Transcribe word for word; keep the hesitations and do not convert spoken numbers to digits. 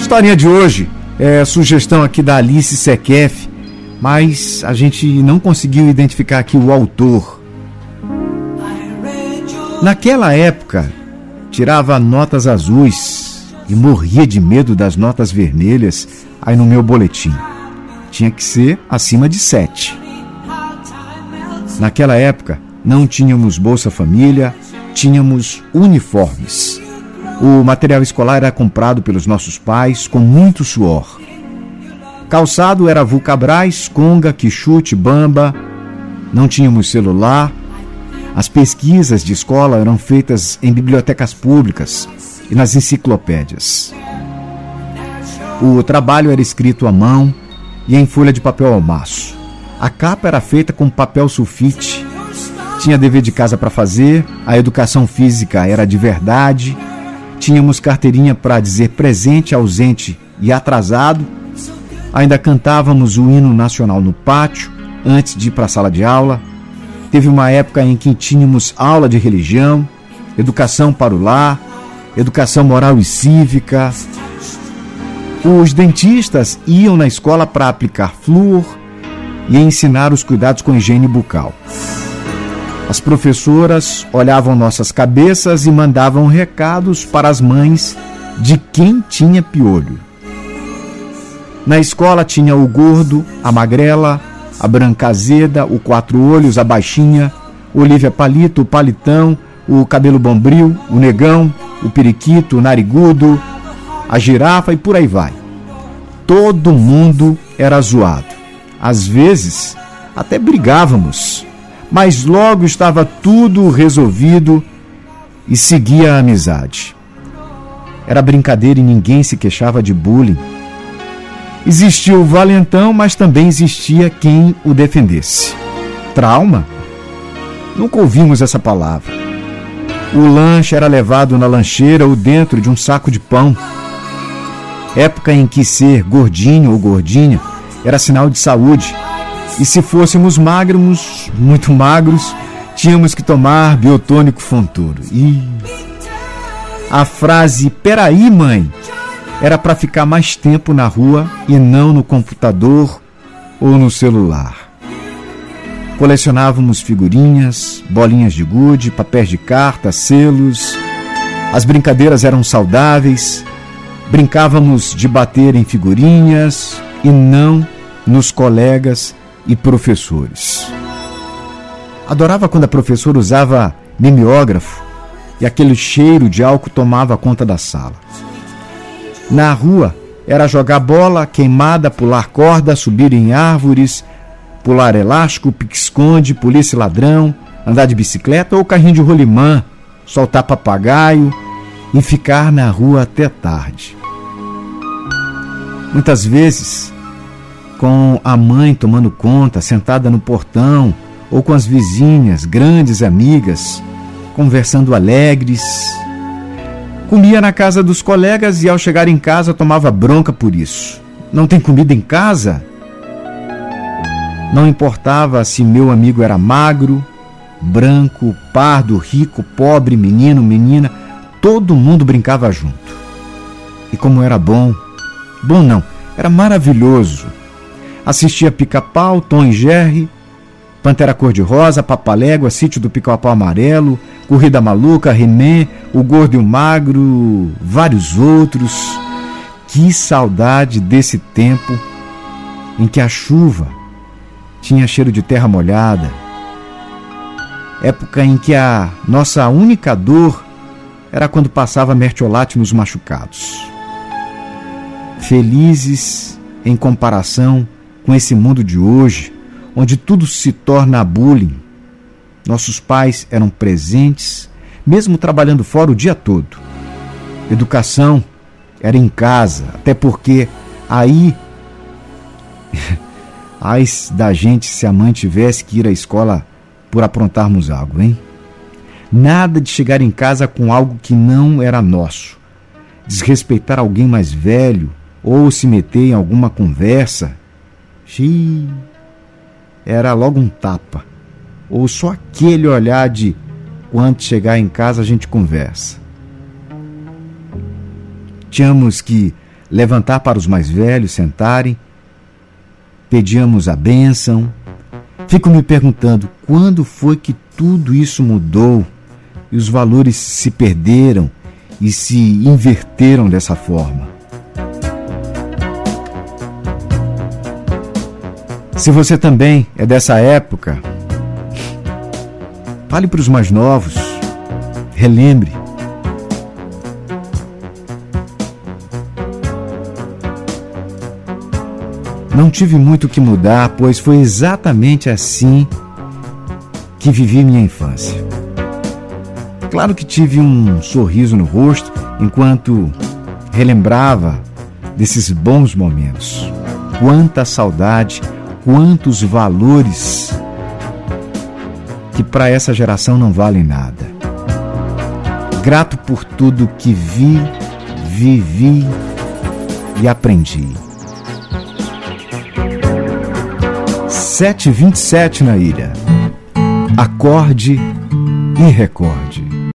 Historinha de hoje é sugestão aqui da Alice Sequef, mas a gente não conseguiu identificar aqui o autor. Naquela época, tirava notas azuis e morria de medo das notas vermelhas aí no meu boletim. Tinha que ser acima de sete. Naquela época, não tínhamos Bolsa Família, tínhamos uniformes. O material escolar era comprado pelos nossos pais com muito suor. Calçado era Vulcabras, Conga, Quixute, Bamba. Não tínhamos celular. As pesquisas de escola eram feitas em bibliotecas públicas e nas enciclopédias. O trabalho era escrito à mão e em folha de papel ao maço. A capa era feita com papel sulfite. Tinha dever de casa para fazer, a educação física era de verdade. Tínhamos carteirinha para dizer presente, ausente e atrasado. Ainda cantávamos o hino nacional no pátio, antes de ir para a sala de aula. Teve uma época em que tínhamos aula de religião, educação para o lar, educação moral e cívica. Os dentistas iam na escola para aplicar flúor e ensinar os cuidados com higiene bucal. As professoras olhavam nossas cabeças e mandavam recados para as mães de quem tinha piolho. Na escola tinha o gordo, a magrela, a branca azeda, o quatro olhos, a baixinha, Olívia Palito, o palitão, o cabelo bombril, o negão, o periquito, o narigudo, a girafa e por aí vai. Todo mundo era zoado. Às vezes, até brigávamos. Mas logo estava tudo resolvido e seguia a amizade. Era brincadeira e ninguém se queixava de bullying. Existia o valentão, mas também existia quem o defendesse. Trauma? Nunca ouvimos essa palavra. O lanche era levado na lancheira ou dentro de um saco de pão. Época em que ser gordinho ou gordinha era sinal de saúde. E se fôssemos magros, muito magros, tínhamos que tomar biotônico Fontoura. E a frase, peraí mãe, era para ficar mais tempo na rua e não no computador ou no celular. Colecionávamos figurinhas, bolinhas de gude, papéis de carta, selos. As brincadeiras eram saudáveis. Brincávamos de bater em figurinhas e não nos colegas e professores. Adorava quando a professora usava mimeógrafo e aquele cheiro de álcool tomava conta da sala. Na rua era jogar bola, queimada, pular corda, subir em árvores, pular elástico, pique-esconde, polícia e ladrão, andar de bicicleta ou carrinho de rolimã, soltar papagaio e ficar na rua até tarde. Muitas vezes, com a mãe tomando conta, sentada no portão, ou com as vizinhas, grandes amigas, conversando alegres. Comia na casa dos colegas e ao chegar em casa tomava bronca por isso. Não tem comida em casa? Não importava se meu amigo era magro, branco, pardo, rico, pobre, menino, menina, todo mundo brincava junto. E como era bom, bom não, era maravilhoso. Assistia Pica-Pau, Tom e Jerry, Pantera Cor-de-Rosa, Papalégua, Sítio do Pica-Pau Amarelo, Corrida Maluca, He-Man, O Gordo e o Magro, vários outros. Que saudade desse tempo em que a chuva tinha cheiro de terra molhada. Época em que a nossa única dor era quando passava mertiolate nos machucados. Felizes em comparação com esse mundo de hoje, onde tudo se torna bullying. Nossos pais eram presentes, mesmo trabalhando fora o dia todo. Educação era em casa, até porque aí, ai da gente se a mãe tivesse que ir à escola por aprontarmos algo, hein? Nada de chegar em casa com algo que não era nosso. Desrespeitar alguém mais velho ou se meter em alguma conversa. Xiii, era logo um tapa. Ou só aquele olhar de quando chegar em casa a gente conversa. Tínhamos que levantar para os mais velhos sentarem, pedíamos a bênção. Fico me perguntando quando foi que tudo isso mudou e os valores se perderam e se inverteram dessa forma. Se você também é dessa época, fale para os mais novos, relembre. Não tive muito o que mudar, pois foi exatamente assim que vivi minha infância. Claro que tive um sorriso no rosto enquanto relembrava desses bons momentos. Quanta saudade, quantos valores que para essa geração não valem nada. Grato por tudo que vi, vivi e aprendi. sete e vinte e sete na ilha. Acorde e recorde.